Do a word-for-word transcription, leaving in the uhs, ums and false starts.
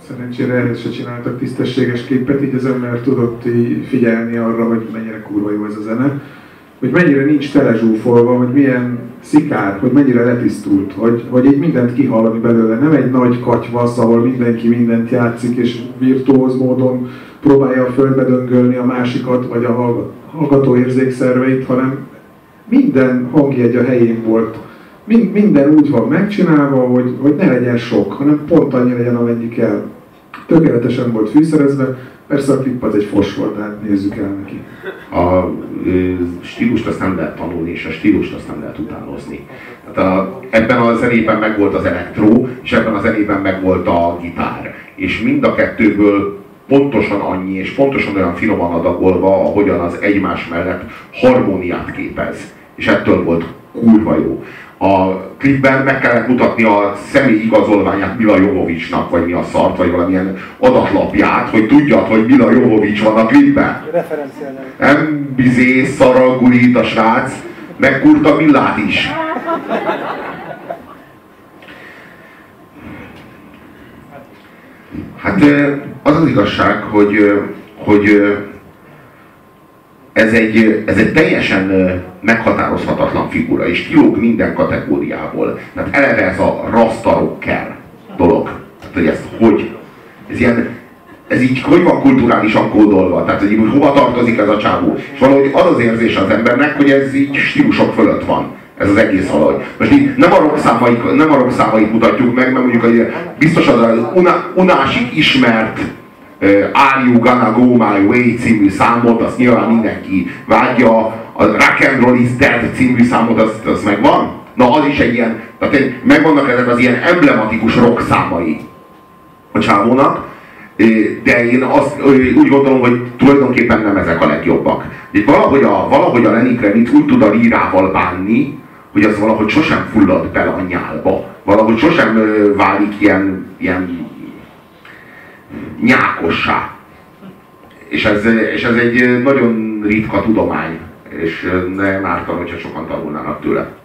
Szerencsére ehhez se csináltak tisztességes képet, így az ember tudott így figyelni arra, hogy mennyire kurva jó ez a zene, hogy mennyire nincs telezsúfolva, hogy milyen szikár, hogy mennyire letisztult, hogy, hogy így mindent kihall, ami belőle. Nem egy nagy katyvasz, ahol mindenki mindent játszik, és virtuóz módon próbálja a földbe döngölni a másikat, vagy a hallgató érzékszerveit, hanem minden hangjegy a helyén volt. Mind, minden úgy van megcsinálva, hogy, hogy ne legyen sok, hanem pont annyi legyen, amennyi kell. Tökéletesen volt fűszerezve, persze a klip az egy fos volt, tehát nézzük el neki. A ö, stílust azt nem lehet tanulni, és a stílust azt nem lehet utánozni. Tehát a, ebben a zenében megvolt az elektró, és ebben a zenében megvolt a gitár. És mind a kettőből pontosan annyi, és pontosan olyan finoman adagolva, ahogyan az egymás mellett harmóniát képez. És ettől volt kurva jó. A klipben meg kellett mutatni a személy igazolványát Mila Jovovicsnak, vagy mi a szart, vagy valamilyen adatlapját, hogy tudjad, hogy Mila Jovovics van a klipben. Nem bizé, szaragurít a srác, megkurta Millát is. Hát az az igazság, hogy, hogy ez egy, ez egy teljesen meghatározhatatlan figura, és kilóg minden kategóriából. Tehát eleve ez a rasta rocker dolog. Tehát, hogy ez hogy? Ez, ilyen, ez így hogy van kulturálisan kódolva? Tehát, hogy hova tartozik ez a csávó? És valahogy az az érzés az embernek, hogy ez így stílusok fölött van. Ez az egész valahogy. Most így nem a rockszámait, nem a rockszámait mutatjuk meg, mert mondjuk hogy biztos az az una, unásig ismert uh, Are You Gonna Go My Way című számot, azt nyilván mindenki vágja, a Rock and Roll Is Dead című számot, az, az megvan? Na az is egy ilyen, tehát megvannak ezek az ilyen emblematikus rock számai a csávónak, de én azt úgy gondolom, hogy tulajdonképpen nem ezek a legjobbak. De valahogy a, valahogy a Lenny Kravitz úgy tud a lírával bánni, hogy az valahogy sosem fullad bele a nyálba. Valahogy sosem ö, válik ilyen, ilyen nyákossá. És ez, és ez egy nagyon ritka tudomány, és nem ártan, hogyha sokan tanulnának tőle.